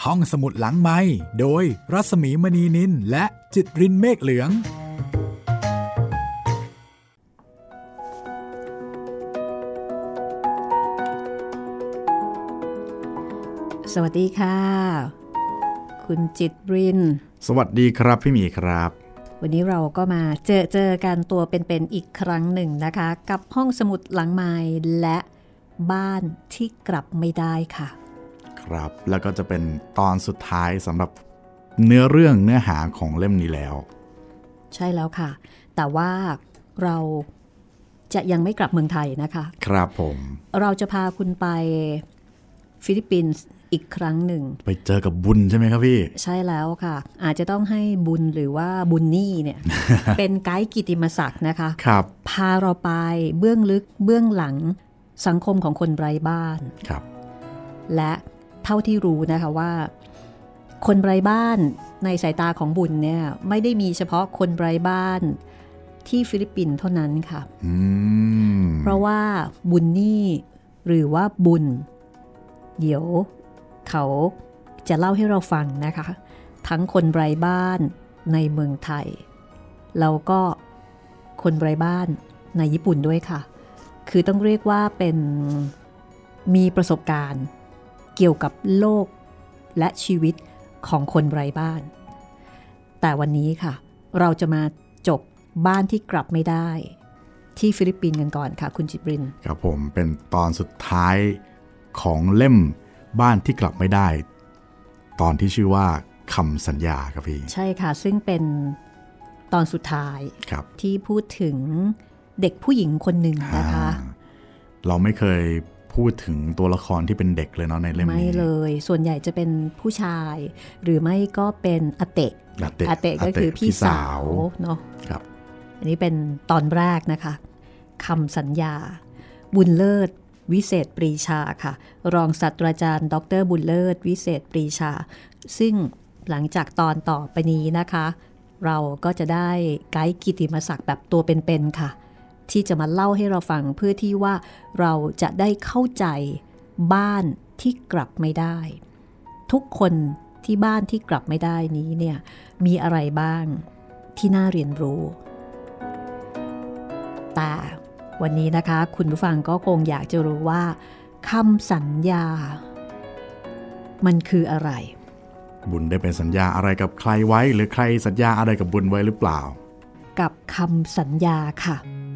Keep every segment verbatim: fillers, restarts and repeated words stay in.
ห้องสมุดหลังไมค์โดยรัศมีมณีนินและจิตรินเมฆเหลืองสวัสดีค่ะคุณจิตรินสวัสดีครับพี่หมีครับวันนี้เราก็มาเจอเจอกันตัวเป็นๆอีกครั้งหนึ่งนะคะกับห้องสมุดหลังไมค์และบ้านที่กลับไม่ได้ค่ะครับแล้วก็จะเป็นตอนสุดท้ายสำหรับเนื้อเรื่องเนื้อหาของเล่มนี้แล้วใช่แล้วค่ะแต่ว่าเราจะยังไม่กลับเมืองไทยนะคะครับผมเราจะพาคุณไปฟิลิปปินส์อีกครั้งหนึ่งไปเจอกับบุญใช่ไหมครับพี่ใช่แล้วค่ะอาจจะต้องให้บุญหรือว่าบุญนี่เนี่ย เป็นไกด์กิตติมศักดิ์นะคะครับพาเราไปเบื้องลึกเบื้องหลังสังคมของคนไร้บ้านครับและเท่าที่รู้นะคะว่าคนไร้บ้านในสายตาของบุญเนี่ยไม่ได้มีเฉพาะคนไร้บ้านที่ฟิลิปปินส์เท่านั้นค่ะเพราะว่าบุญนี่หรือว่าบุญเดี๋ยวเขาจะเล่าให้เราฟังนะคะทั้งคนไร้บ้านในเมืองไทยแล้วก็คนไร้บ้านในญี่ปุ่นด้วยค่ะคือต้องเรียกว่าเป็นมีประสบการณ์เกี่ยวกับโลกและชีวิตของคนไร้บ้านแต่วันนี้ค่ะเราจะมาจบบ้านที่กลับไม่ได้ที่ฟิลิปปินส์กันก่อนค่ะคุณจิตรินครับผมเป็นตอนสุดท้ายของเล่มบ้านที่กลับไม่ได้ตอนที่ชื่อว่าคำสัญญาครับพี่ใช่ค่ะซึ่งเป็นตอนสุดท้ายที่พูดถึงเด็กผู้หญิงคนหนึ่งนะคะเราไม่เคยพูดถึงตัวละครที่เป็นเด็กเลยเนาะในเล่มนี้ไม่เลยส่วนใหญ่จะเป็นผู้ชายหรือไม่ก็เป็นอาเตะอาเตะก็คือพี่สาวเนาะครับอันนี้เป็นตอนแรกนะคะคำสัญญาบุญเลิศวิเศษปรีชาค่ะรองศาสตราจารย์ดรบุญเลิศวิเศษปรีชาซึ่งหลังจากตอนต่อไปนี้นะคะเราก็จะได้ไกด์กิตติมศักดิ์แบบตัวเป็นๆค่ะที่จะมาเล่าให้เราฟังเพื่อที่ว่าเราจะได้เข้าใจบ้านที่กลับไม่ได้ทุกคนที่บ้านที่กลับไม่ได้นี้เนี่ยมีอะไรบ้างที่น่าเรียนรู้แต่วันนี้นะคะคุณผู้ฟังก็คงอยากจะรู้ว่าคำสัญญามันคืออะไรบุญได้เป็นสัญญาอะไรกับใครไว้หรือใครสัญญาอะไรกับบุญไว้หรือเปล่ากับคำสัญญาค่ะ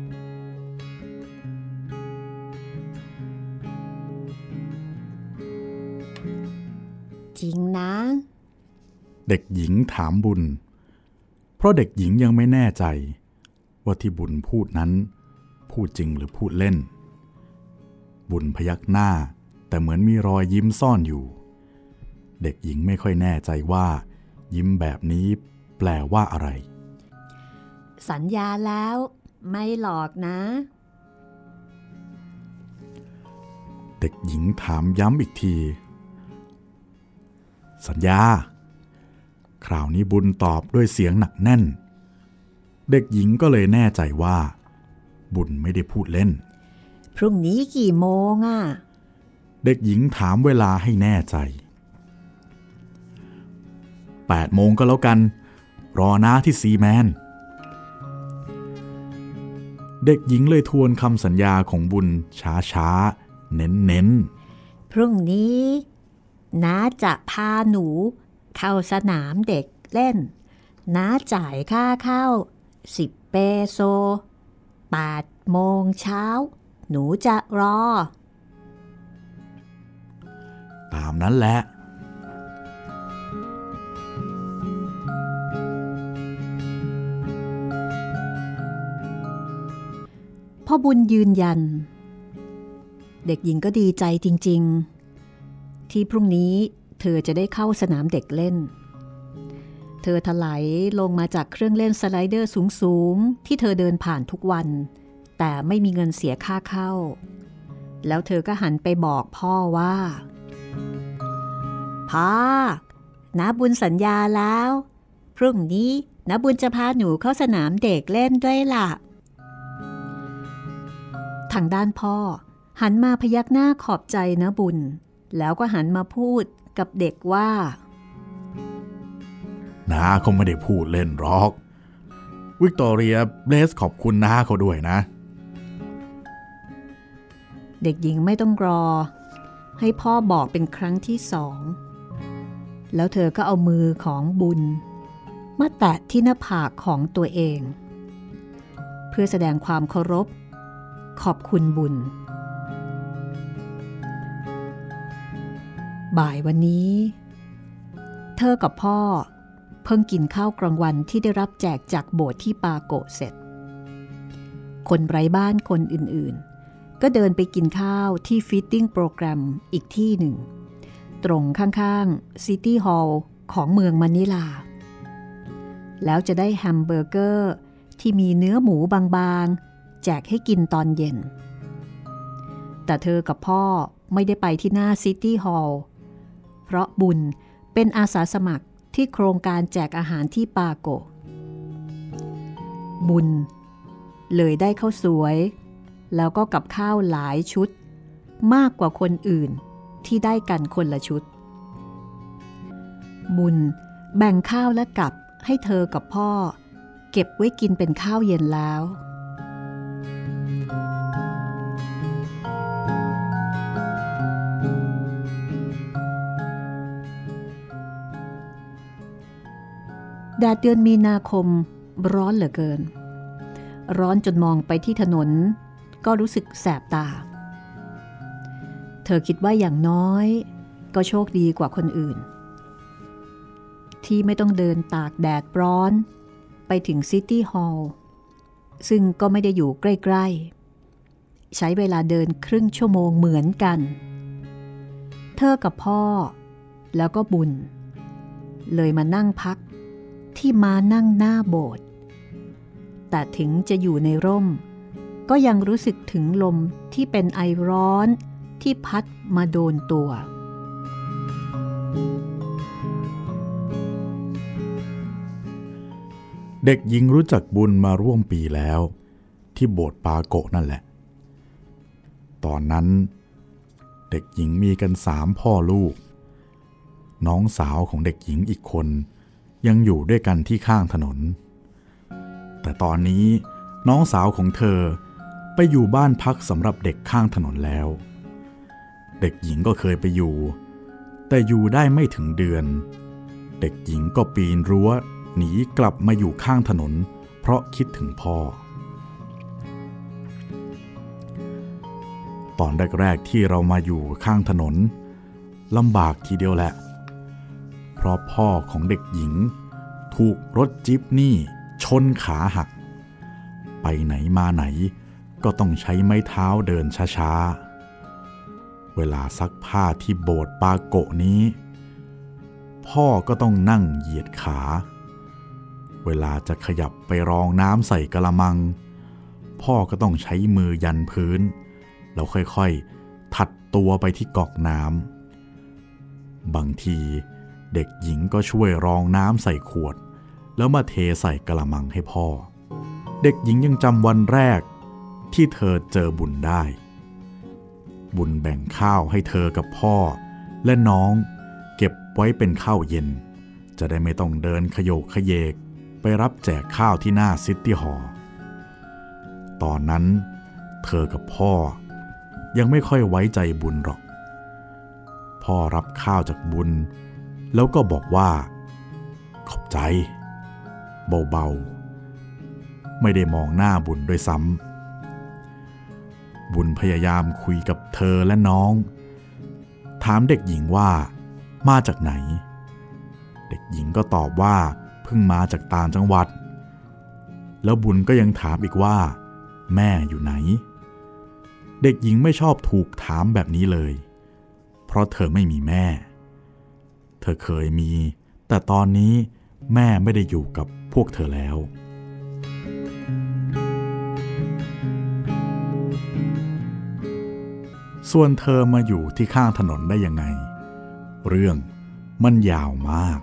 จริงนะเด็กหญิงถามบุญเพราะเด็กหญิงยังไม่แน่ใจว่าที่บุญพูดนั้นพูดจริงหรือพูดเล่นบุญพยักหน้าแต่เหมือนมีรอยยิ้มซ่อนอยู่เด็กหญิงไม่ค่อยแน่ใจว่ายิ้มแบบนี้แปลว่าอะไรสัญญาแล้วไม่หลอกนะเด็กหญิงถามย้ำอีกทีสัญญาคราวนี้บุญตอบด้วยเสียงหนักแน่นเด็กหญิงก็เลยแน่ใจว่าบุญไม่ได้พูดเล่นพรุ่งนี้กี่โมงอ่ะเด็กหญิงถามเวลาให้แน่ใจแปดโมงก็แล้วกันรอน้าที่ซีแมนเด็กหญิงเลยทวนคำสัญญาของบุญช้าๆเน้นๆพรุ่งนี้น้าจะพาหนูเข้าสนามเด็กเล่นน้าจ่ายค่าเข้าสิบเปโซแปดโมงเช้าหนูจะรอตามนั้นแหละพ่อบุญยืนยันเด็กหญิงก็ดีใจจริงๆที่พรุ่งนี้เธอจะได้เข้าสนามเด็กเล่นเธอถลายลงมาจากเครื่องเล่นสไลเดอร์สูงๆที่เธอเดินผ่านทุกวันแต่ไม่มีเงินเสียค่าเข้าแล้วเธอก็หันไปบอกพ่อว่าพ่อน้าบุญสัญญาแล้วพรุ่งนี้น้าบุญจะพาหนูเข้าสนามเด็กเล่นด้วยล่ะทางด้านพ่อหันมาพยักหน้าขอบใจน้าบุญแล้วก็หันมาพูดกับเด็กว่าน้าเขาไม่ได้พูดเล่นหรอกวิกตอเรียเบลสขอบคุณน้าเขาด้วยนะเด็กหญิงไม่ต้องรอให้พ่อบอกเป็นครั้งที่สองแล้วเธอก็เอามือของบุญมาแตะที่หน้าผากของตัวเองเพื่อแสดงความเคารพขอบคุณบุญบ่ายวันนี้เธอกับพ่อเพิ่งกินข้าวกลางวันที่ได้รับแจกจากโบสถ์ที่ปาโกะเสร็จคนไร้บ้านคนอื่นๆก็เดินไปกินข้าวที่ฟีดดิ้งโปรแกรมอีกที่หนึ่งตรงข้างๆซิตี้ฮอลล์ของเมืองมะนิลาแล้วจะได้แฮมเบอร์เกอร์ที่มีเนื้อหมูบางๆแจกให้กินตอนเย็นแต่เธอกับพ่อไม่ได้ไปที่หน้าซิตี้ฮอลล์เพราะบุญเป็นอาสาสมัครที่โครงการแจกอาหารที่ปาโกะบุญเลยได้ข้าวสวยแล้วก็กับข้าวหลายชุดมากกว่าคนอื่นที่ได้กันคนละชุดบุญแบ่งข้าวและกับให้เธอกับพ่อเก็บไว้กินเป็นข้าวเย็นแล้วแดดเดือนมีนาคมร้อนเหลือเกินร้อนจนมองไปที่ถนนก็รู้สึกแสบตาเธอคิดว่าอย่างน้อยก็โชคดีกว่าคนอื่นที่ไม่ต้องเดินตากแดดร้อนไปถึงซิตี้ฮอลล์ซึ่งก็ไม่ได้อยู่ใกล้ๆใช้เวลาเดินครึ่งชั่วโมงเหมือนกันเธอกับพ่อแล้วก็บุญเลยมานั่งพักที่ม้านั่งหน้าโบสถ์แต่ถึงจะอยู่ในร่มก็ยังรู้สึกถึงลมที่เป็นไอร้อนที่พัดมาโดนตัวเด็กหญิงรู้จักบุญมาร่วมปีแล้วที่โบสถ์ปาโกะนั่นแหละตอนนั้นเด็กหญิงมีกันสามพ่อลูกน้องสาวของเด็กหญิงอีกคนยังอยู่ด้วยกันที่ข้างถนนแต่ตอนนี้น้องสาวของเธอไปอยู่บ้านพักสำหรับเด็กข้างถนนแล้วเด็กหญิงก็เคยไปอยู่แต่อยู่ได้ไม่ถึงเดือนเด็กหญิงก็ปีนรั้วหนีกลับมาอยู่ข้างถนนเพราะคิดถึงพ่อตอนแรกๆที่เรามาอยู่ข้างถนนลำบากทีเดียวแหละเพราะพ่อของเด็กหญิงถูกรถจิ๊ปนี่ชนขาหักไปไหนมาไหนก็ต้องใช้ไม้เท้าเดินช้าๆเวลาซักผ้าที่โบสถ์ปาโกะนี้พ่อก็ต้องนั่งเหยียดขาเวลาจะขยับไปรองน้ำใส่กะละมังพ่อก็ต้องใช้มือยันพื้นแล้วค่อยๆถัดตัวไปที่ก๊อกน้ำบางทีเด็กหญิงก็ช่วยรองน้ำใส่ขวดแล้วมาเทใส่กะละมังให้พ่อเด็กหญิงยังจำวันแรกที่เธอเจอบุญได้บุญแบ่งข้าวให้เธอกับพ่อและน้องเก็บไว้เป็นข้าวเย็นจะได้ไม่ต้องเดินขโยกขยเยกไปรับแจกข้าวที่หน้าซิตี้ฮอลล์ตอนนั้นเธอกับพ่อยังไม่ค่อยไว้ใจบุญหรอกพ่อรับข้าวจากบุญแล้วก็บอกว่าขอบใจเบาๆไม่ได้มองหน้าบุญด้วยซ้ำบุญพยายามคุยกับเธอและน้องถามเด็กหญิงว่ามาจากไหนเด็กหญิงก็ตอบว่าเพิ่งมาจากต่างจังหวัดแล้วบุญก็ยังถามอีกว่าแม่อยู่ไหนเด็กหญิงไม่ชอบถูกถามแบบนี้เลยเพราะเธอไม่มีแม่เธอเคยมีแต่ตอนนี้แม่ไม่ได้อยู่กับพวกเธอแล้วส่วนเธอมาอยู่ที่ข้างถนนได้ยังไงเรื่องมันยาวมาก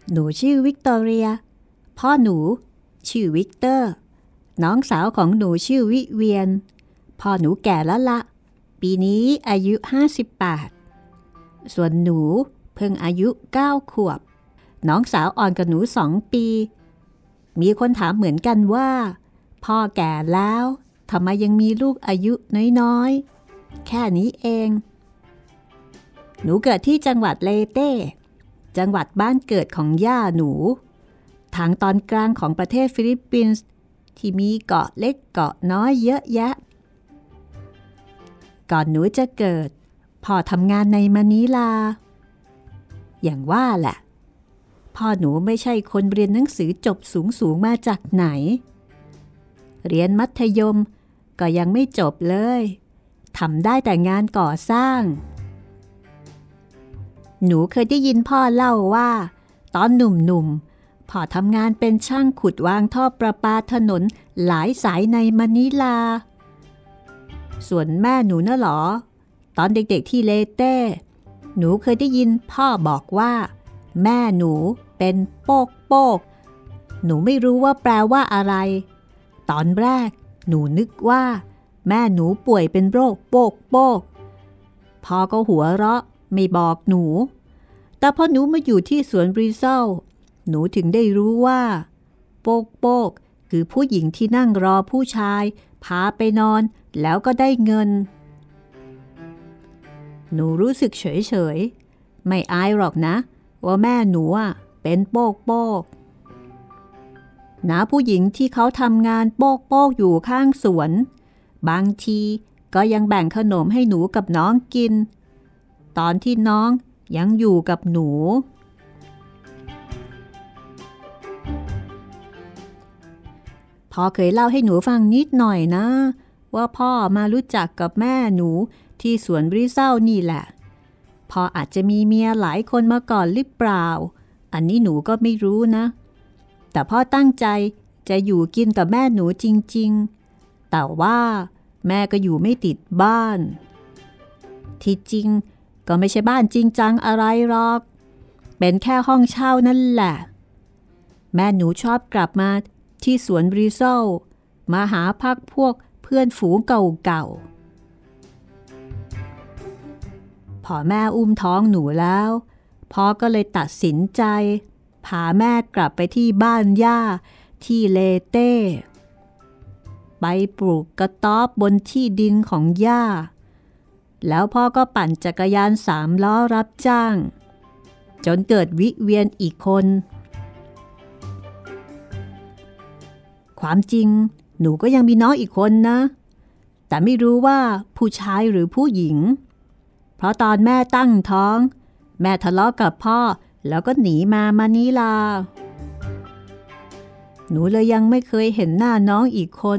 หนูชื่อวิกตอเรียพ่อหนูชื่อวิกเตอร์น้องสาวของหนูชื่อวิเวียนพ่อหนูแก่แล้วละปีนี้อายุห้าสิบแปดส่วนหนูเพิ่งอายุเก้าขวบน้องสาวอ่อนกว่าหนูสองปีมีคนถามเหมือนกันว่าพ่อแก่แล้วทำไมยังมีลูกอายุน้อยๆแค่นี้เองหนูเกิดที่จังหวัดเลเต้จังหวัดบ้านเกิดของย่าหนูทางตอนกลางของประเทศฟิลิปปินส์ที่มีเกาะเล็กเกาะน้อยเยอะแยะก่อนหนูจะเกิดพ่อทำงานในมะนิลาอย่างว่าแหละพ่อหนูไม่ใช่คนเรียนหนังสือจบสูงสูงมาจากไหนเรียนมัธยมก็ยังไม่จบเลยทำได้แต่งานก่อสร้างหนูเคยได้ยินพ่อเล่าว่าตอนหนุ่มๆพ่อทำงานเป็นช่างขุดวางท่อประปาถนนหลายสายในมะนิลาส่วนแม่หนูน่ะหรอตอนเด็กๆที่เลเต้หนูเคยได้ยินพ่อบอกว่าแม่หนูเป็นโป๊กโป๊กหนูไม่รู้ว่าแปลว่าอะไรตอนแรกหนูนึกว่าแม่หนูป่วยเป็นโรคโป๊กโป๊กพ่อก็หัวเราะไม่บอกหนูแต่พอหนูมาอยู่ที่สวนบริเซลหนูถึงได้รู้ว่าโป๊กโป๊กคือผู้หญิงที่นั่งรอผู้ชายพาไปนอนแล้วก็ได้เงินหนูรู้สึกเฉยๆไม่อายหรอกนะว่าแม่หนูอ่ะเป็นโป๊กโป๊กนะผู้หญิงที่เขาทำงานโป๊กโป๊กอยู่ข้างสวนบางทีก็ยังแบ่งขนมให้หนูกับน้องกินตอนที่น้องยังอยู่กับหนูพ่อเคยเล่าให้หนูฟังนิดหน่อยนะว่าพ่อมารู้จักกับแม่หนูที่สวนบริเซลนี่แหละพ่ออาจจะมีเมียหลายคนมาก่อนหรือเปล่าอันนี้หนูก็ไม่รู้นะแต่พ่อตั้งใจจะอยู่กินกับแม่หนูจริงๆแต่ว่าแม่ก็อยู่ไม่ติดบ้านที่จริงก็ไม่ใช่บ้านจริงจังอะไรหรอกเป็นแค่ห้องเช่านั่นแหละแม่หนูชอบกลับมาที่สวนบริเซลมาหาพักพวกเพื่อนฝูงเก่าๆพอแม่อุ้มท้องหนูแล้วพ่อก็เลยตัดสินใจพาแม่กลับไปที่บ้านย่าที่เลเต้ไปปลูกกระต๊อบบนที่ดินของย่าแล้วพ่อก็ปั่นจักรยานสามล้อรับจ้างจนเกิดวิเวียนอีกคนความจริงหนูก็ยังมีน้องอีกคนนะแต่ไม่รู้ว่าผู้ชายหรือผู้หญิงเพราะตอนแม่ตั้งท้องแม่ทะเลาะกับพ่อแล้วก็หนีมามะนิลาหนูเลยยังไม่เคยเห็นหน้าน้องอีกคน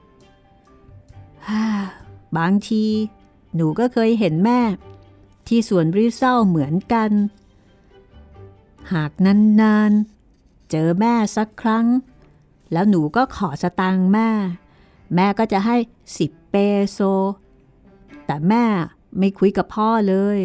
บางทีหนูก็เคยเห็นแม่ที่สวนบริเซลเหมือนกันหากนานๆเจอแม่สักครั้งแล้วหนูก็ขอสตางค์แม่แม่ก็จะให้สิบเปโซแต่แม่ไม่คุยกับพ่อเลย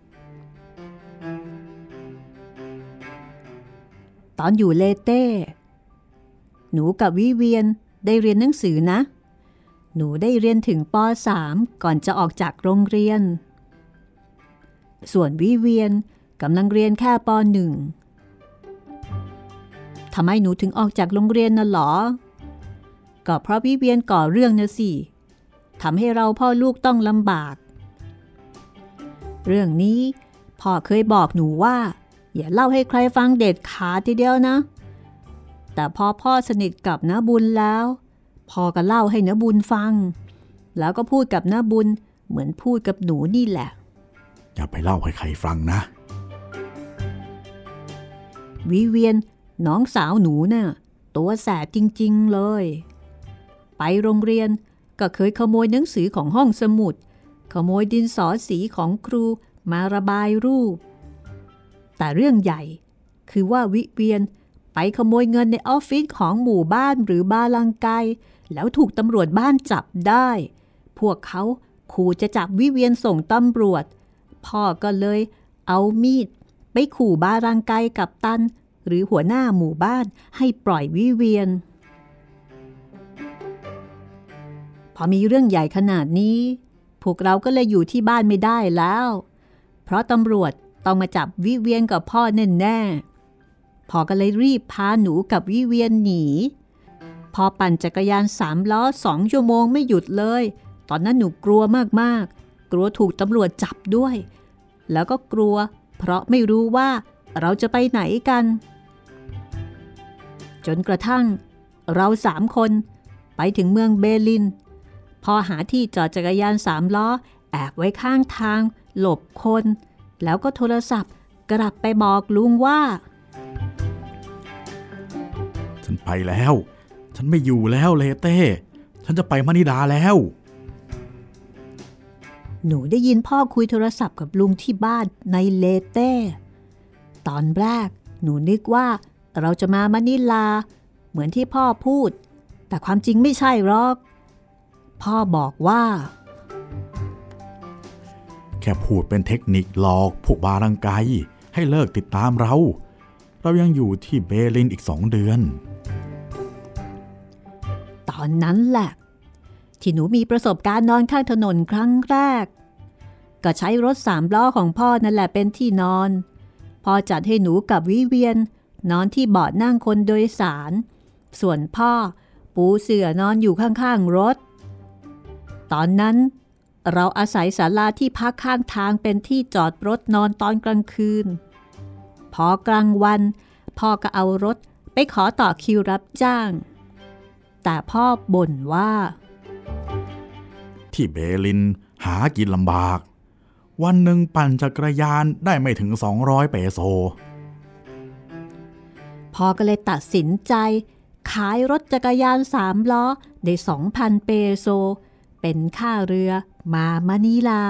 ตอนอยู่เลเต้หนูกับวิเวียนได้เรียนหนังสือนะหนูได้เรียนถึงป สาม ก่อนจะออกจากโรงเรียนส่วนวิเวียนกำลังเรียนแค่ป หนึ่ง ทำไมหนูถึงออกจากโรงเรียนน่ะหรอก็เพราะวิเวียนก่อเรื่องนะสิทำให้เราพ่อลูกต้องลำบากเรื่องนี้พ่อเคยบอกหนูว่าอย่าเล่าให้ใครฟังเด็ดขาดทีเดียวนะแต่พอพ่อสนิทกับน้าบุญแล้วพ่อก็เล่าให้น้าบุญฟังแล้วก็พูดกับน้าบุญเหมือนพูดกับหนูนี่แหละอย่าไปเล่าให้ใครฟังนะวิเวียนน้องสาวหนูน่ะตัวแสบจริงๆเลยไปโรงเรียนก็เคยขโมยหนังสือของห้องสมุดขโมยดินสอสีของครูมาระบายรูปแต่เรื่องใหญ่คือว่าวิเวียนไปขโมยเงินในออฟฟิศของหมู่บ้านหรือบาลังไกแล้วถูกตำรวจบ้านจับได้พวกเขาขู่จะจับวิเวียนส่งตำรวจพ่อก็เลยเอามีดไปขู่บาลังไกกับตันหรือหัวหน้าหมู่บ้านให้ปล่อยวิเวียนพอมีเรื่องใหญ่ขนาดนี้พวกเราก็เลยอยู่ที่บ้านไม่ได้แล้วเพราะตำรวจต้องมาจับวิเวียนกับพ่อแน่ๆพ่อก็เลยรีบพาหนูกับวิเวียนหนีพอปั่นจักรยานสามล้อสองชั่วโมงไม่หยุดเลยตอนนั้นหนูกลัวมากๆกลัวถูกตำรวจจับด้วยแล้วก็กลัวเพราะไม่รู้ว่าเราจะไปไหนกันจนกระทั่งเราสามคนไปถึงเมืองเบลินพอหาที่จอดจักรยานสามล้อแอบไว้ข้างทางหลบคนแล้วก็โทรศัพท์กลับไปบอกลุงว่าฉันไปแล้วฉันไม่อยู่แล้วเลเต้ฉันจะไปมะนิดาแล้วหนูได้ยินพ่อคุยโทรศัพท์กับลุงที่บ้านในเลเต้ตอนแรกหนูนึกว่าเราจะมามะนิลาเหมือนที่พ่อพูดแต่ความจริงไม่ใช่หรอกพ่อบอกว่าแค่พูดเป็นเทคนิคหลอกพวกบารังไกให้เลิกติดตามเราเรายังอยู่ที่เบลินอีกสองเดือนตอนนั้นแหละที่หนูมีประสบการณ์นอนข้างถนนครั้งแรกก็ใช้รถสามล้อของพ่อนั่นแหละเป็นที่นอนพ่อจัดให้หนูกับวิเวียนนอนที่เบาะนั่งคนโดยสารส่วนพ่อปูเสื่อนอนอยู่ข้างๆรถตอนนั้นเราอาศัยศาลาที่พักข้างทางเป็นที่จอดรถนอนตอนกลางคืนพอกลางวันพ่อก็เอารถไปขอต่อคิวรับจ้างแต่พ่อบ่นว่าที่เบลินหากินลำบากวันหนึ่งปั่นจักรยานได้ไม่ถึงสองร้อยเปโซพ่อก็เลยตัดสินใจขายรถจักรยานสามล้อได้ สองพัน เปโซเป็นค่าเรือมามะนิลา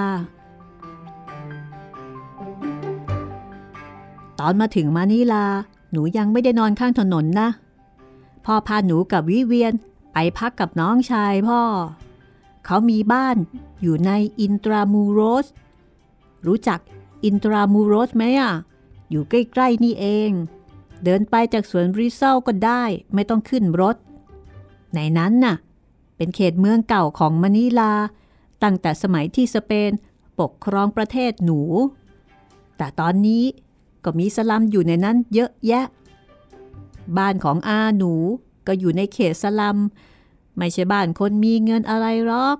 ตอนมาถึงมะนิลาหนูยังไม่ได้นอนข้างถนนนะพ่อพาหนูกับวิเวียนไปพักกับน้องชายพ่อเขามีบ้านอยู่ในอินตรามูโรสรู้จักอินตรามูโรสไหมอ่ะอยู่ใกล้ๆนี่เองเดินไปจากสวนริเซลก็ได้ไม่ต้องขึ้นรถในนั้นน่ะเป็นเขตเมืองเก่าของมะนิลาตั้งแต่สมัยที่สเปนปกครองประเทศหนูแต่ตอนนี้ก็มีสลัมอยู่ในนั้นเยอะแยะบ้านของอาหนูก็อยู่ในเขตสลัมไม่ใช่บ้านคนมีเงินอะไรหรอก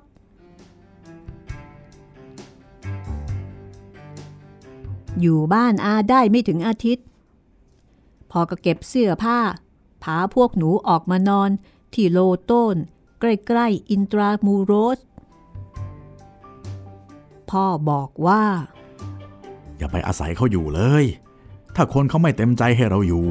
อยู่บ้านอาได้ไม่ถึงอาทิตย์พอก็เก็บเสื้อผ้าพาพวกหนูออกมานอนที่โลโต้นใกล้ๆอินตรามูโรสพ่อบอกว่าอย่าไปอาศัยเขาอยู่เลยถ้าคนเขาไม่เต็มใจให้เราอยู่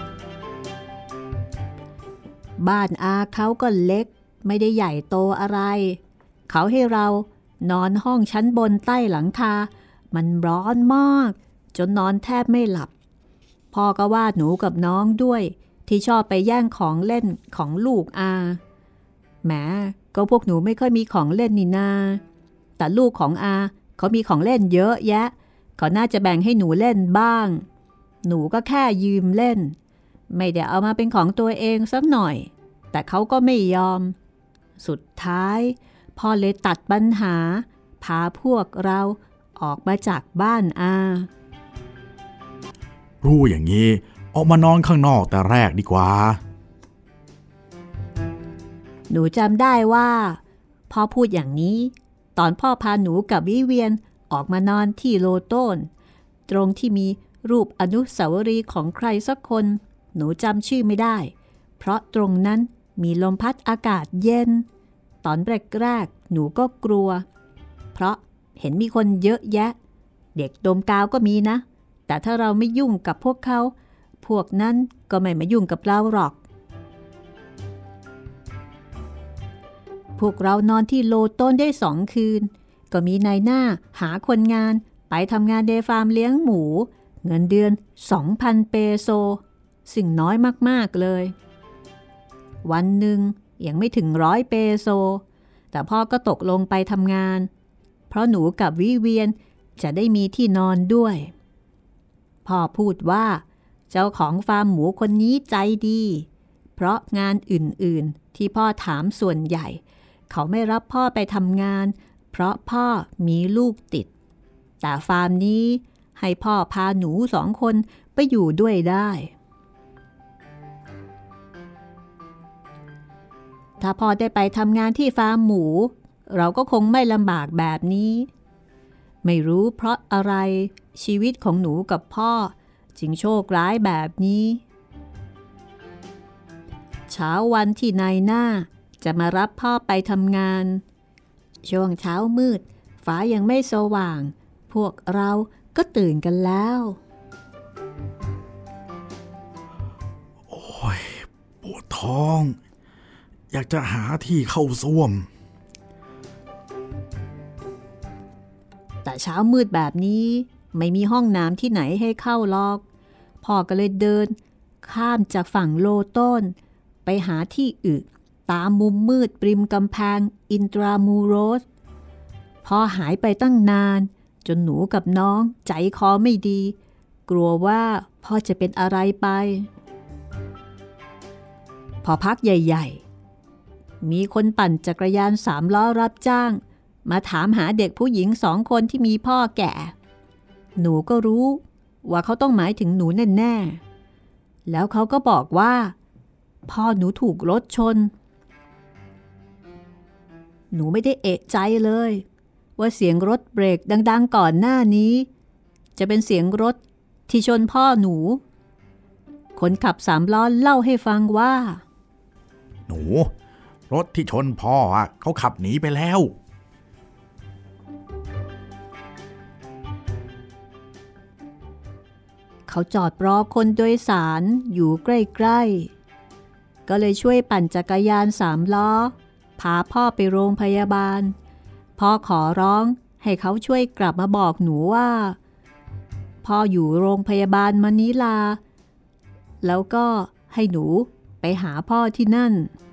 บ้านอาเขาก็เล็กไม่ได้ใหญ่โตอะไรเขาให้เรานอนห้องชั้นบนใต้หลังคามันร้อนมากจนนอนแทบไม่หลับพ่อก็ว่าหนูกับน้องด้วยที่ชอบไปแย่งของเล่นของลูกอาแหมก็พวกหนูไม่ค่อยมีของเล่นนี่นาแต่ลูกของอาเขามีของเล่นเยอะแยะเขาน่าจะแบ่งให้หนูเล่นบ้างหนูก็แค่ยืมเล่นไม่ได้เอามาเป็นของตัวเองสักหน่อยแต่เขาก็ไม่ยอมสุดท้ายพ่อเลยตัดปัญหาพาพวกเราออกมาจากบ้านอารู้อย่างนี้ออกมานอนข้างนอกแต่แรกดีกว่าหนูจำได้ว่าพ่อพูดอย่างนี้ตอนพ่อพาหนูกับวิเวียนออกมานอนที่โลโต้นตรงที่มีรูปอนุสาวรีย์ของใครสักคนหนูจำชื่อไม่ได้เพราะตรงนั้นมีลมพัดอากาศเย็นตอนแรกๆหนูก็กลัวเพราะเห็นมีคนเยอะแยะเด็กดมกาวก็มีนะแต่ถ้าเราไม่ยุ่งกับพวกเขาพวกนั้นก็ไม่มายุ่งกับเราหรอกพวกเรานอนที่โลโต้นได้สองคืนก็มีนายหน้าหาคนงานไปทำงานเดฟาร์มเลี้ยงหมูเงินเดือน สองพัน เปโซซึ่งน้อยมากๆเลยวันหนึ่งยังไม่ถึงร้อยเปโซแต่พ่อก็ตกลงไปทำงานเพราะหนูกับวิเวียนจะได้มีที่นอนด้วยพ่อพูดว่าเจ้าของฟาร์มหมูคนนี้ใจดีเพราะงานอื่นๆที่พ่อถามส่วนใหญ่เขาไม่รับพ่อไปทำงานเพราะพ่อมีลูกติดแต่ฟาร์มนี้ให้พ่อพาหนูสองคนไปอยู่ด้วยได้ถ้าพ่อได้ไปทำงานที่ฟาร์มหมูเราก็คงไม่ลำบากแบบนี้ไม่รู้เพราะอะไรชีวิตของหนูกับพ่อจึงโชคร้ายแบบนี้เช้าวันที่นายหน้าจะมารับพ่อไปทำงานช่วงเช้ามืดฟ้ายังไม่สว่างพวกเราก็ตื่นกันแล้วโอ้ยปวดท้องอยากจะหาที่เข้าส้วมแต่เช้ามืดแบบนี้ไม่มีห้องน้ำที่ไหนให้เข้าหรอกพ่อก็เลยเดินข้ามจากฝั่งโลต้นไปหาที่อึตามมุมมืดริมกำแพงอินตรามูโรสพ่อหายไปตั้งนานจนหนูกับน้องใจคอไม่ดีกลัวว่าพ่อจะเป็นอะไรไปพอพักใหญ่ๆมีคนปั่นจักรยานสามล้อรับจ้างมาถามหาเด็กผู้หญิงสองคนที่มีพ่อแก่หนูก็รู้ว่าเขาต้องหมายถึงหนูแน่ๆแล้วเขาก็บอกว่าพ่อหนูถูกรถชนหนูไม่ได้เอะใจเลยว่าเสียงรถเบรกดังๆก่อนหน้านี้จะเป็นเสียงรถที่ชนพ่อหนูคนขับสามล้อเล่าให้ฟังว่าหนูรถที่ชนพ่ออ่ะเขาขับหนีไปแล้วเขาจอดรอคนโดยสารอยู่ใกล้ๆก็เลยช่วยปั่นจักรยานสามล้อพาพ่อไปโรงพยาบาลพ่อขอร้องให้เขาช่วยกลับมาบอกหนูว่าพ่ออยู่โรงพยาบาลมะนิลาแล้วก็ให้หนูไปหาพ่อที่นั่น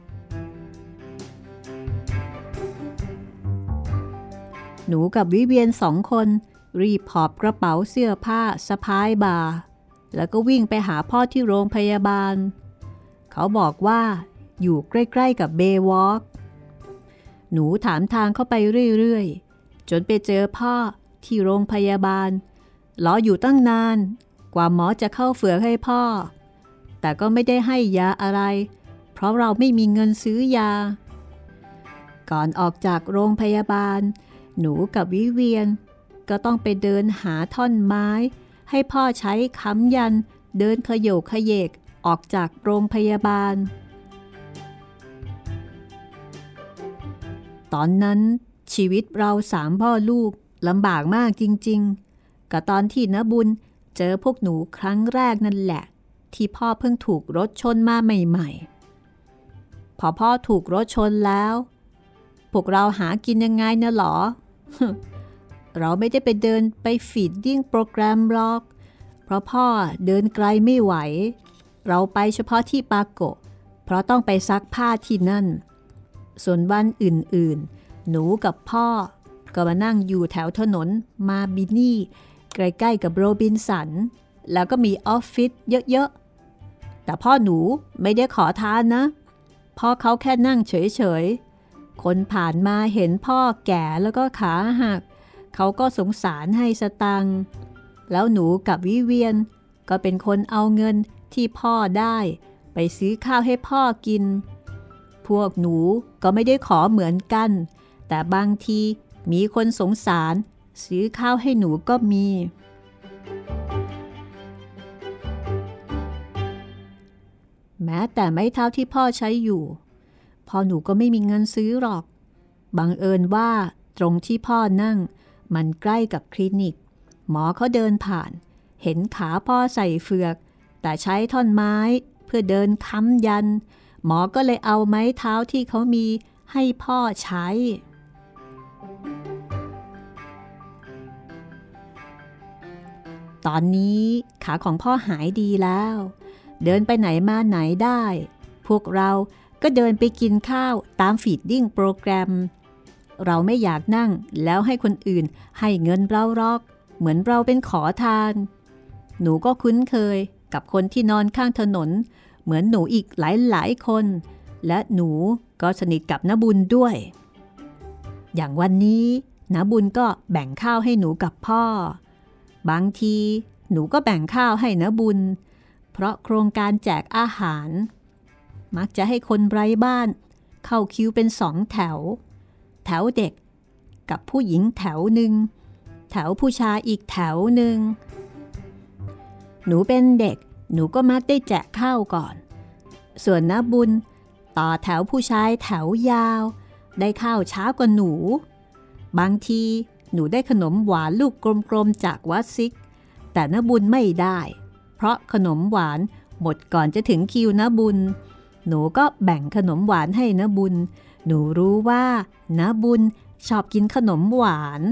หนูกับวิเวียนสองคนรีบหอบกระเป๋าเสื้อผ้าสะพายบ่าแล้วก็วิ่งไปหาพ่อที่โรงพยาบาลเขาบอกว่าอยู่ใกล้ๆกับเบย์วอล์กหนูถามทางเข้าไปเรื่อยๆจนไปเจอพ่อที่โรงพยาบาลรออยู่ตั้งนานกว่าหมอจะเข้าเฝือกให้พ่อแต่ก็ไม่ได้ให้ยาอะไรเพราะเราไม่มีเงินซื้อยาก่อนออกจากโรงพยาบาลหนูกับวิเวียนก็ต้องไปเดินหาท่อนไม้ให้พ่อใช้ค้ำยันเดินขยโยกขยเยกออกจากโรงพยาบาลตอนนั้นชีวิตเราสามพ่อลูกลำบากมากจริงๆกับตอนที่ณบุญเจอพวกหนูครั้งแรกนั่นแหละที่พ่อเพิ่งถูกรถชนมาใหม่ๆพอพ่อถูกรถชนแล้วพวกเราหากินยังไงนะหรอ เราไม่ได้ไปเดินไปฟีดดิ้งโปรแกรมหรอกเพราะพ่อเดินไกลไม่ไหวเราไปเฉพาะที่ปาโกะเพราะต้องไปซักผ้าที่นั่นส่วนวันอื่นๆหนูกับพ่อก็มานั่งอยู่แถวถนนมาบินี่ใกล้ๆกับโรบินสันแล้วก็มีออฟฟิศเยอะๆแต่พ่อหนูไม่ได้ขอทานนะพ่อเขาแค่นั่งเฉยๆคนผ่านมาเห็นพ่อแก่แล้วก็ขาหักเขาก็สงสารให้สตังค์แล้วหนูกับวิเวียนก็เป็นคนเอาเงินที่พ่อได้ไปซื้อข้าวให้พ่อกินพวกหนูก็ไม่ได้ขอเหมือนกันแต่บางทีมีคนสงสารซื้อข้าวให้หนูก็มีแม้แต่ไม้เท้าที่พ่อใช้อยู่พ่อหนูก็ไม่มีเงินซื้อหรอกบังเอิญว่าตรงที่พ่อนั่งมันใกล้กับคลินิกหมอเขาเดินผ่านเห็นขาพ่อใส่เฟือกแต่ใช้ท่อนไม้เพื่อเดินค้ำยันหมอก็เลยเอาไม้เท้าที่เขามีให้พ่อใช้ตอนนี้ขาของพ่อหายดีแล้วเดินไปไหนมาไหนได้พวกเราก็เดินไปกินข้าวตามฟีดดิ้งโปรแกรมเราไม่อยากนั่งแล้วให้คนอื่นให้เงินเราหรอกเหมือนเราเป็นขอทานหนูก็คุ้นเคยกับคนที่นอนข้างถนนเหมือนหนูอีกหลายๆคนและหนูก็สนิทกับน้าบุญด้วยอย่างวันนี้น้าบุญก็แบ่งข้าวให้หนูกับพ่อบางทีหนูก็แบ่งข้าวให้น้าบุญเพราะโครงการแจกอาหารมักจะให้คนไร้บ้านเข้าคิวเป็นสองแถวแถวเด็กกับผู้หญิงแถวหนึ่งแถวผู้ชายอีกแถวหนึ่งหนูเป็นเด็กหนูก็มักได้แจกข้าวก่อนส่วนน้าบุญต่อแถวผู้ชายแถวยาวได้ข้าวช้ากว่าหนูบางทีหนูได้ขนมหวานลูกกลมๆจากวัดซิกแต่น้าบุญไม่ได้เพราะขนมหวานหมดก่อนจะถึงคิวน้าบุญหนูก็แบ่งขนมหวานให้น้าบุญหนูรู้ว่าน้าบุญชอบกินขนมหวาน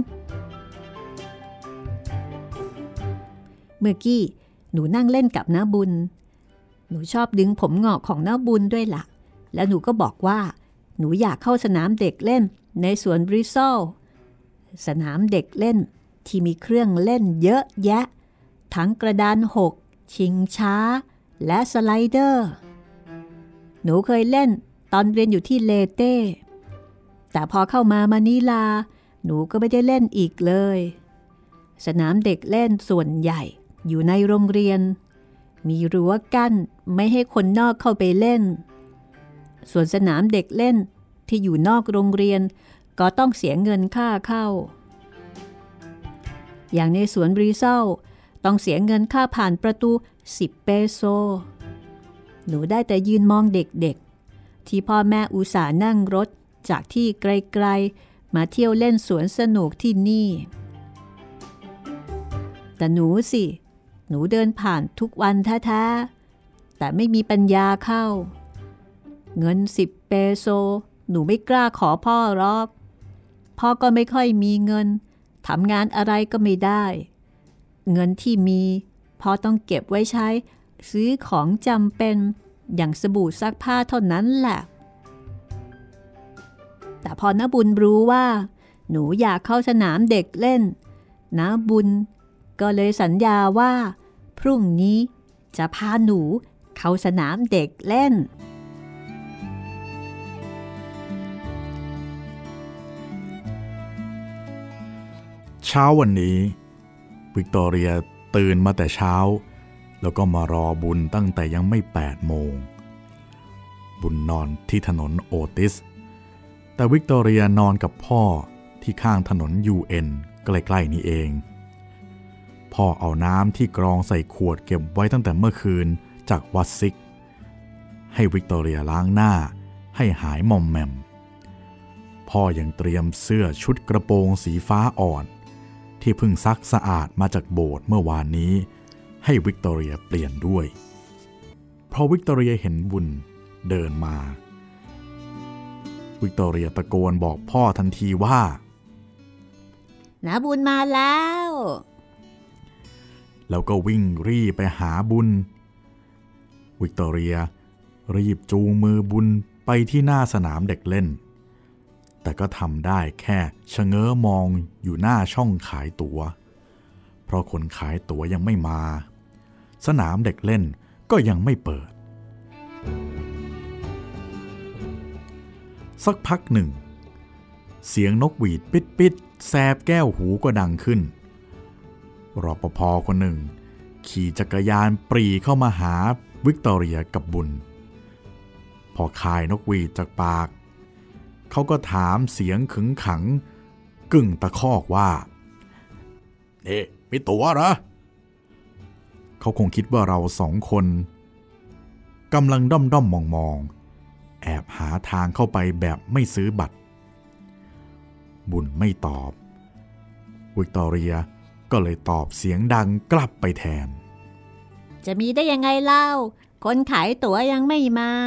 เมื่อกี้หนูนั่งเล่นกับน้าบุญหนูชอบดึงผมงอกของน้าบุญด้วยล่ะแล้วหนูก็บอกว่าหนูอยากเข้าสนามเด็กเล่นในสวนบริโซลสนามเด็กเล่นที่มีเครื่องเล่นเยอะแยะทั้งกระดานหกชิงช้าและสไลเดอร์หนูเคยเล่นตอนเรียนอยู่ที่เลเต้แต่พอเข้ามามะนิลาหนูก็ไม่ได้เล่นอีกเลยสนามเด็กเล่นส่วนใหญ่อยู่ในโรงเรียนมีรั้วกั้นไม่ให้คนนอกเข้าไปเล่นส่วนสนามเด็กเล่นที่อยู่นอกโรงเรียนก็ต้องเสียเงินค่าเข้าอย่างในสวนบริโซลต้องเสียเงินค่าผ่านประตูสิบเปโซหนูได้แต่ยืนมองเด็กๆที่พ่อแม่อุตส่าห์นั่งรถจากที่ไกลๆมาเที่ยวเล่นสวนสนุกที่นี่แต่หนูสิหนูเดินผ่านทุกวันแท้ๆแต่ไม่มีปัญญาเข้าเงินสิบเปโซหนูไม่กล้าขอพ่อหรอกพ่อก็ไม่ค่อยมีเงินทำงานอะไรก็ไม่ได้เงินที่มีพ่อต้องเก็บไว้ใช้ซื้อของจำเป็นอย่างสบู่ซักผ้าเท่านั้นแหละแต่พอน้าบุญรู้ว่าหนูอยากเข้าสนามเด็กเล่นน้าบุญก็เลยสัญญาว่าพรุ่งนี้จะพาหนูเข้าสนามเด็กเล่นเช้าวันนี้วิกตอเรียตื่นมาแต่เช้าแล้วก็มารอบุญตั้งแต่ยังไม่แปดโมงบุญนอนที่ถนนโอติสแต่วิกตอเรียนอนกับพ่อที่ข้างถนน ยู เอ็น ใกล้ๆนี้เองพ่อเอาน้ำที่กรองใส่ขวดเก็บไว้ตั้งแต่เมื่อคืนจากวัดซิกให้วิกตอเรียล้างหน้าให้หายมอมแมมพ่อยังเตรียมเสื้อชุดกระโปรงสีฟ้าอ่อนที่เพิ่งซักสะอาดมาจากโบสถ์เมื่อวานนี้ให้วิกตอเรียเปลี่ยนด้วยเพราะวิกตอเรียเห็นบุญเดินมาวิกตอเรียตะโกนบอกพ่อทันทีว่าน้าบุญมาแล้วแล้วก็วิ่งรีบไปหาบุญวิกตอเรียรีบจูงมือบุญไปที่หน้าสนามเด็กเล่นแต่ก็ทำได้แค่ชะเง้อมองอยู่หน้าช่องขายตั๋วเพราะคนขายตั๋วยังไม่มาสนามเด็กเล่นก็ยังไม่เปิดสักพักหนึ่งเสียงนกหวีดปิดปิดแสบแก้วหูก็ดังขึ้นรปภ.คนหนึ่งขี่จักรยานปรีเข้ามาหาวิกตอเรียกับบุญพอคายนกหวีดจากปากเขาก็ถามเสียงขึงขังกึ่งตะคอกว่าเอ๊ะมีตั๋วเหรอเขาคงคิดว่าเราสองคนกำลังด้อมด้อมมองมองแอบหาทางเข้าไปแบบไม่ซื้อบัตรบุญไม่ตอบวิกตอเรียก็เลยตอบเสียงดังกลับไปแทนจะมีได้ยังไงเล่าคนขายตั๋วยังไม่มาร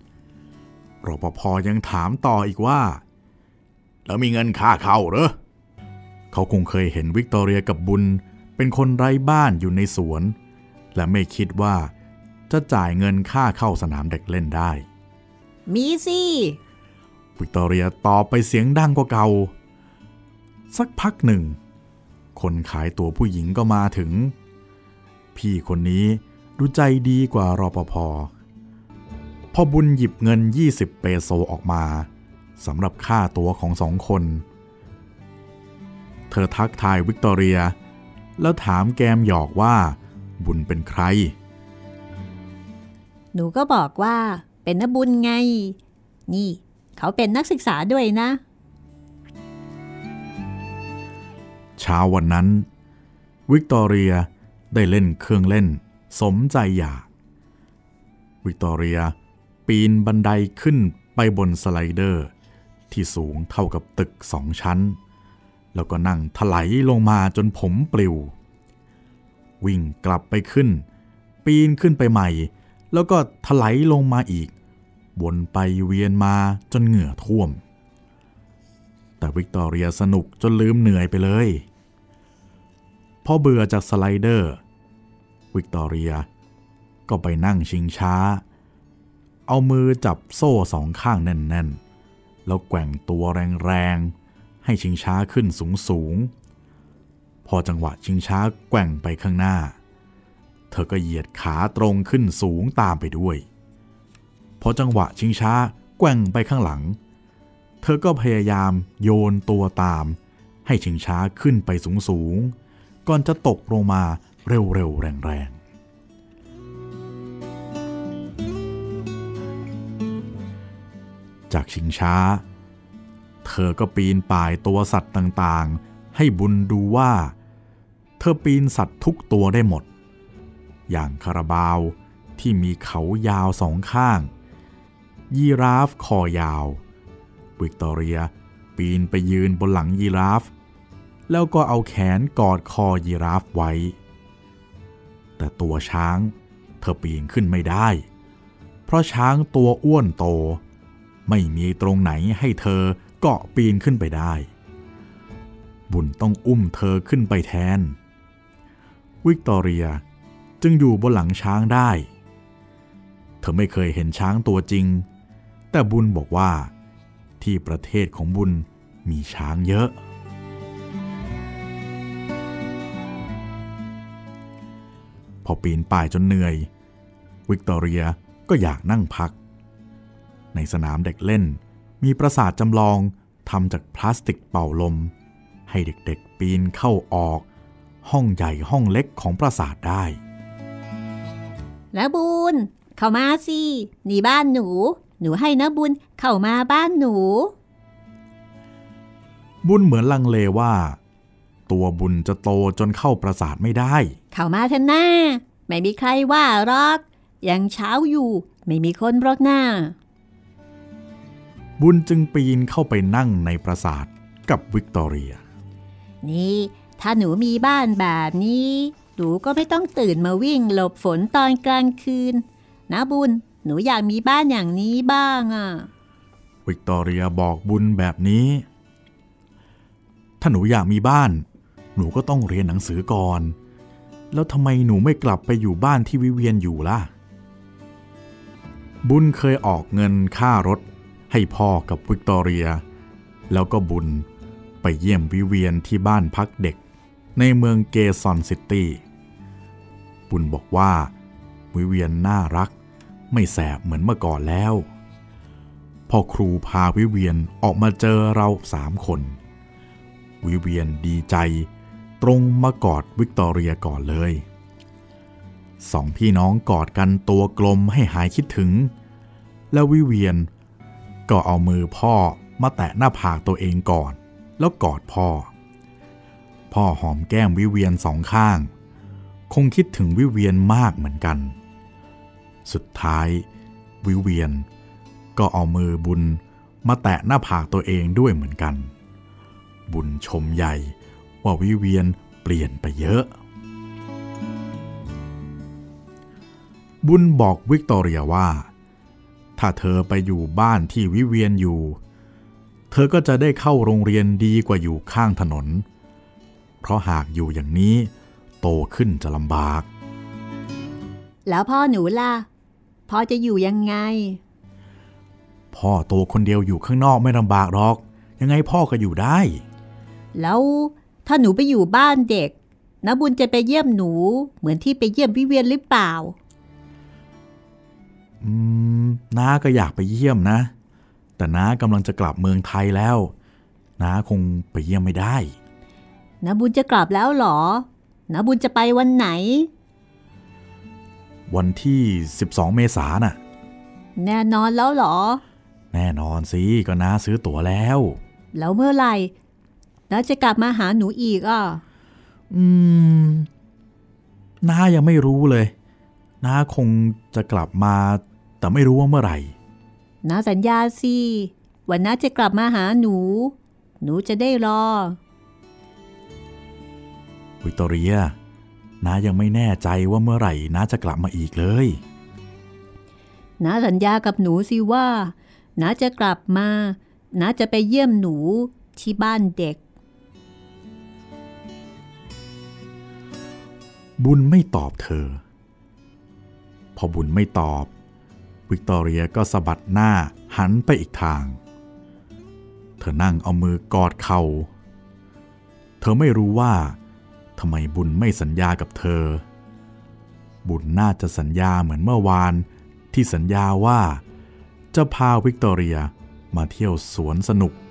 ปภ.ยังถามต่ออีกว่าแล้วมีเงินค่าเข้าเหรอเขาคงเคยเห็นวิกตอเรียกับบุญเป็นคนไร้บ้านอยู่ในสวนและไม่คิดว่าจะจ่ายเงินค่าเข้าสนามเด็กเล่นได้มีสิวิกตอเรียตอบไปเสียงดังกว่าเก่าสักพักหนึ่งคนขายตั๋วผู้หญิงก็มาถึงพี่คนนี้ดูใจดีกว่ารปภ.พอบุญหยิบเงินยี่สิบเปโซออกมาสำหรับค่าตั๋วของสองคนเธอทักทายวิกตอเรียแล้วถามแกมหยอกว่าบุญเป็นใครหนูก็บอกว่าเป็นนบุญไงนี่เขาเป็นนักศึกษาด้วยนะเช้าวันนั้นวิกตอเรียได้เล่นเครื่องเล่นสมใจอยากวิกตอเรียปีนบันไดขึ้นไปบนสไลเดอร์ที่สูงเท่ากับตึกสองชั้นแล้วก็นั่งถลายลงมาจนผมปลิววิ่งกลับไปขึ้นปีนขึ้นไปใหม่แล้วก็ถลายลงมาอีกวนไปเวียนมาจนเหงื่อท่วมแต่วิกตอเรียสนุกจนลืมเหนื่อยไปเลยพอเบื่อจากสไลเดอร์วิกตอเรียก็ไปนั่งชิงช้าเอามือจับโซ่สองข้างแน่นๆแล้วแกว่งตัวแรงๆให้ชิงช้าขึ้นสูงๆพอจังหวะชิงช้าแกว่งไปข้างหน้าเธอก็เหยียดขาตรงขึ้นสูงตามไปด้วยพอจังหวะชิงช้าแกว่งไปข้างหลังเธอก็พยายามโยนตัวตามให้ชิงช้าขึ้นไปสูงๆก่อนจะตกลงมาเร็วๆแรงๆจากชิงช้าเธอก็ปีนป่ายตัวสัตว์ต่างๆให้บุญดูว่าเธอปีนสัตว์ทุกตัวได้หมดอย่างคาราบาวที่มีเขายาวสองข้างยีราฟคอยาววิกตอเรียปีนไปยืนบนหลังยีราฟแล้วก็เอาแขนกอดคอยีราฟไว้แต่ตัวช้างเธอปีนขึ้นไม่ได้เพราะช้างตัวอ้วนโตไม่มีตรงไหนให้เธอเกาะปีนขึ้นไปได้บุญต้องอุ้มเธอขึ้นไปแทนวิกตอเรียจึงอยู่บนหลังช้างได้เธอไม่เคยเห็นช้างตัวจริงแต่บุญบอกว่าที่ประเทศของบุญมีช้างเยอะพอปีนป่ายจนเหนื่อยวิกตอเรียก็อยากนั่งพักในสนามเด็กเล่นมีปราสาทจำลองทำจากพลาสติกเป่าลมให้เด็กๆปีนเข้าออกห้องใหญ่ห้องเล็กของปราสาทได้นะบุญเข้ามาสินี่บ้านหนูหนูให้นะบุญเข้ามาบ้านหนูบุญเหมือนลังเลว่าตัวบุญจะโตจนเข้าปราสาทไม่ได้เข้ามาเถอะหน้าไม่มีใครว่าหรอกยังเช้าอยู่ไม่มีคนหรอกหน้าบุญจึงปีนเข้าไปนั่งในปราสาทกับวิกตอเรียนี่ถ้าหนูมีบ้านแบบนี้หนูก็ไม่ต้องตื่นมาวิ่งหลบฝนตอนกลางคืนนะบุญหนูอยากมีบ้านอย่างนี้บ้างอ่ะวิกตอเรียบอกบุญแบบนี้ถ้าหนูอยากมีบ้านหนูก็ต้องเรียนหนังสือก่อนแล้วทำไมหนูไม่กลับไปอยู่บ้านที่วิเวียนอยู่ล่ะบุญเคยออกเงินค่ารถให้พ่อกับวิกตอเรียแล้วก็บุญไปเยี่ยมวิเวียนที่บ้านพักเด็กในเมืองเกซอนซิตี้บุญบอกว่าวิเวียนน่ารักไม่แสบเหมือนเมื่อก่อนแล้วพอครูพาวิเวียนออกมาเจอเราสามคนวิเวียนดีใจตรงมากอดวิกตอเรียก่อนเลยสองพี่น้องกอดกันตัวกลมให้หายคิดถึงแล้ววิเวียนก็เอามือพ่อมาแตะหน้าผากตัวเองก่อนแล้วกอดพ่อพ่อหอมแก้มวิเวียนสองข้างคงคิดถึงวิเวียนมากเหมือนกันสุดท้ายวิเวียนก็เอามือบุญมาแตะหน้าผากตัวเองด้วยเหมือนกันบุญชมใหญ่ว่าวิเวียนเปลี่ยนไปเยอะบุญบอกวิกตอเรียว่าถ้าเธอไปอยู่บ้านที่วิเวียนอยู่เธอก็จะได้เข้าโรงเรียนดีกว่าอยู่ข้างถนนเพราะหากอยู่อย่างนี้โตขึ้นจะลำบากแล้วพ่อหนูล่ะพ่อจะอยู่ยังไงพ่อโตคนเดียวอยู่ข้างนอกไม่ลำบากหรอกยังไงพ่อก็อยู่ได้แล้วถ้าหนูไปอยู่บ้านเด็กนะบุญจะไปเยี่ยมหนูเหมือนที่ไปเยี่ยมวิเวียนหรือเปล่าอืมน้าก็อยากไปเยี่ยมนะแต่น้ากำลังจะกลับเมืองไทยแล้วน้าคงไปเยี่ยมไม่ได้น้าบุญจะกลับแล้วเหรอน้าบุญจะไปวันไหนวันที่สิบสองเมษายนน่ะแน่นอนแล้วเหรอแน่นอนสิก็น้าซื้อตั๋วแล้วแล้วเมื่อไหร่น้าจะกลับมาหาหนูอีกอ่ะอืมน้ายังไม่รู้เลยน้าคงจะกลับมาแต่ไม่รู้ว่าเมื่อไหร่น้าสัญญาสิวันน้าจะกลับมาหาหนูหนูจะได้รอวิกตอเรียน้ายังไม่แน่ใจว่าเมื่อไหร่น้าจะกลับมาอีกเลยน้าสัญญากับหนูสิว่าน้าจะกลับมาน้าจะไปเยี่ยมหนูที่บ้านเด็กบุญไม่ตอบเธอพอบุญไม่ตอบวิกตอเรียก็สะบัดหน้าหันไปอีกทางเธอนั่งเอามือกอดเข่าเธอไม่รู้ว่าทำไมบุญไม่สัญญากับเธอบุญน่าจะสัญญาเหมือนเมื่อวานที่สัญญาว่าจะพาวิกตอเรียมาเที่ยวสวนสนุก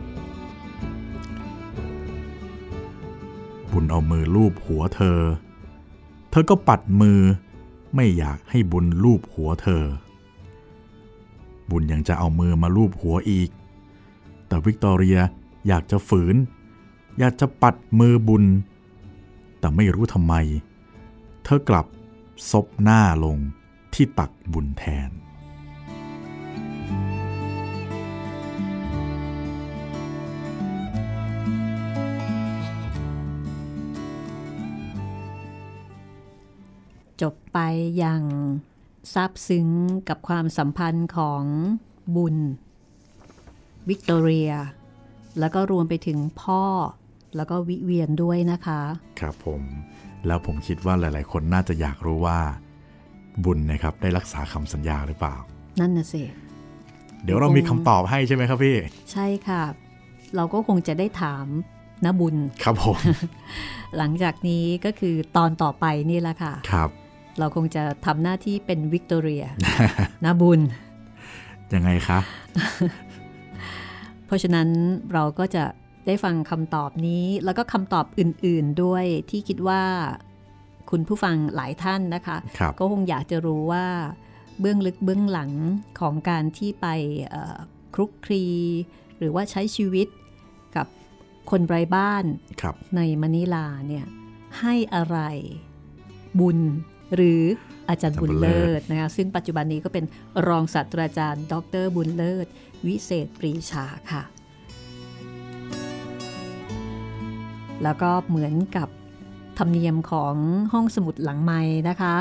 บุญเอามือลูบหัวเธอเธอก็ปัดมือไม่อยากให้บุญลูบหัวเธอบุญยังจะเอามือมาลูบหัวอีกแต่วิกตอเรียอยากจะฝืนอยากจะปัดมือบุญแต่ไม่รู้ทำไมเธอกลับซบหน้าลงที่ตักบุญแทนจบไปอย่างซาบซึ้งกับความสัมพันธ์ของบุญวิกตอเรียแล้วก็รวมไปถึงพ่อแล้วก็วิเวียนด้วยนะคะครับผมแล้วผมคิดว่าหลายๆคนน่าจะอยากรู้ว่าบุญนะครับได้รักษาคำสัญญาหรือเปล่านั่นน่ะสิเดี๋ยวเรามีคำตอบให้ใช่ไหมครับพี่ใช่ค่ะเราก็คงจะได้ถามนะบุญครับผมหลังจากนี้ก็คือตอนต่อไปนี่แหละค่ะครับเราคงจะทำหน้าที่เป็นวิกตอเรีย นะบุญยังไงคะเพราะฉะนั้นเราก็จะได้ฟังคำตอบนี้แล้วก็คำตอบอื่นๆด้วยที่คิดว่าคุณผู้ฟังหลายท่านนะคะก็คงอยากจะรู้ว่าเบื้องลึกเบื้องหลังของการที่ไปคลุกคลีหรือว่าใช้ชีวิตกับคนไร้บ้านในมะนิลาเนี่ยให้อะไรบุญหรืออาจารย์บุญเลิศนะคะซึ่งปัจจุบันนี้ก็เป็นรองศาสตราจารย์ดร.บุญเลิศวิเศษปรีชาค่ะแล้วก็เหมือนกับธรรมเนียมของห้องสมุดหลังไมค์นะคะ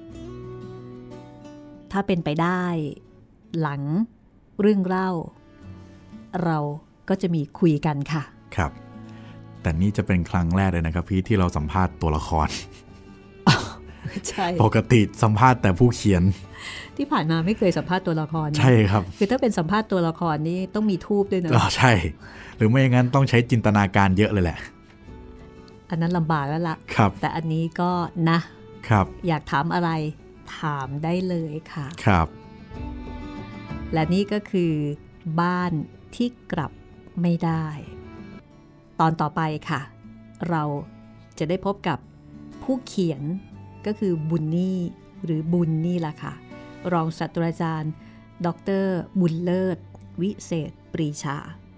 ถ้าเป็นไปได้หลังเรื่องเล่าเราก็จะมีคุยกันค่ะครับแต่นี่จะเป็นครั้งแรกเลยนะครับพี่ที่เราสัมภาษณ์ตัวละครใช่ปกติสัมภาษณ์แต่ผู้เขียนที่ผ่านมาไม่เคยสัมภาษณ์ตัวละครใช่ครับคือถ้าเป็นสัมภาษณ์ตัวละครนี่ต้องมีทูบด้วยนะอ๋อใช่หรือไม่อย่างนั้นต้องใช้จินตนาการเยอะเลยแหละอันนั้นลำบากแล้วล่ะครับแต่อันนี้ก็นะครับอยากถามอะไรถามได้เลยค่ะครับและนี่ก็คือบ้านที่กลับไม่ได้ตอนต่อไปค่ะเราจะได้พบกับผู้เขียนก็คือบุญนี่หรือบุญนี่ล่ะค่ะรองศาสตราจารย์ดร.บุญเลิศวิเศษปรีชา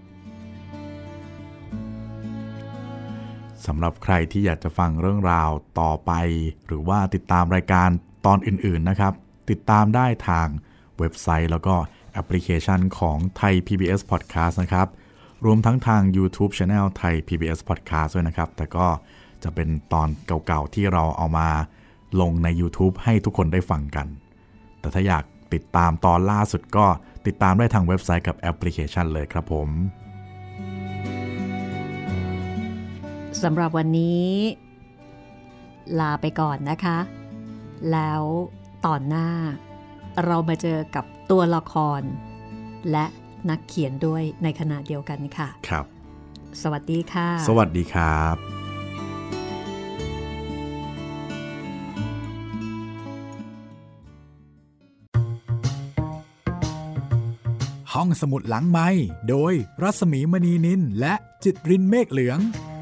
สำหรับใครที่อยากจะฟังเรื่องราวต่อไปหรือว่าติดตามรายการตอนอื่นๆนะครับติดตามได้ทางเว็บไซต์แล้วก็แอปพลิเคชันของไทย พี บี เอส Podcast นะครับรวมทั้งทาง YouTube Channel ไทย พี บี เอส Podcast ด้วยนะครับแต่ก็จะเป็นตอนเก่าๆที่เราเอามาลงใน YouTube ให้ทุกคนได้ฟังกันแต่ถ้าอยากติดตามตอนล่าสุดก็ติดตามได้ทางเว็บไซต์กับแอปพลิเคชันเลยครับผมสำหรับวันนี้ลาไปก่อนนะคะแล้วตอนหน้าเรามาเจอกับตัวละครและนักเขียนด้วยในขณะเดียวกันค่ะครับสวัสดีค่ะสวัสดีครับห้องสมุดหลังไมค์โดยรัศมีมณีนินและจิตรินเมฆเหลือง